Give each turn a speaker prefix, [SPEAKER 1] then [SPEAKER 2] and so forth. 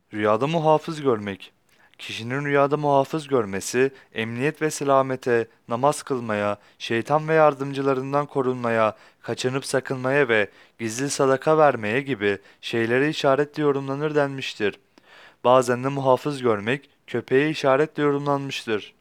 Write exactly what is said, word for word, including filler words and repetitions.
[SPEAKER 1] Rüyada muhafız görmek. Kişinin rüyada muhafız görmesi, emniyet ve selamete, namaz kılmaya, şeytan ve yardımcılarından korunmaya, kaçınıp sakınmaya ve gizli sadaka vermeye gibi şeylere işaretle yorumlanır denmiştir. Bazen de muhafız görmek, köpeğe işaretle yorumlanmıştır.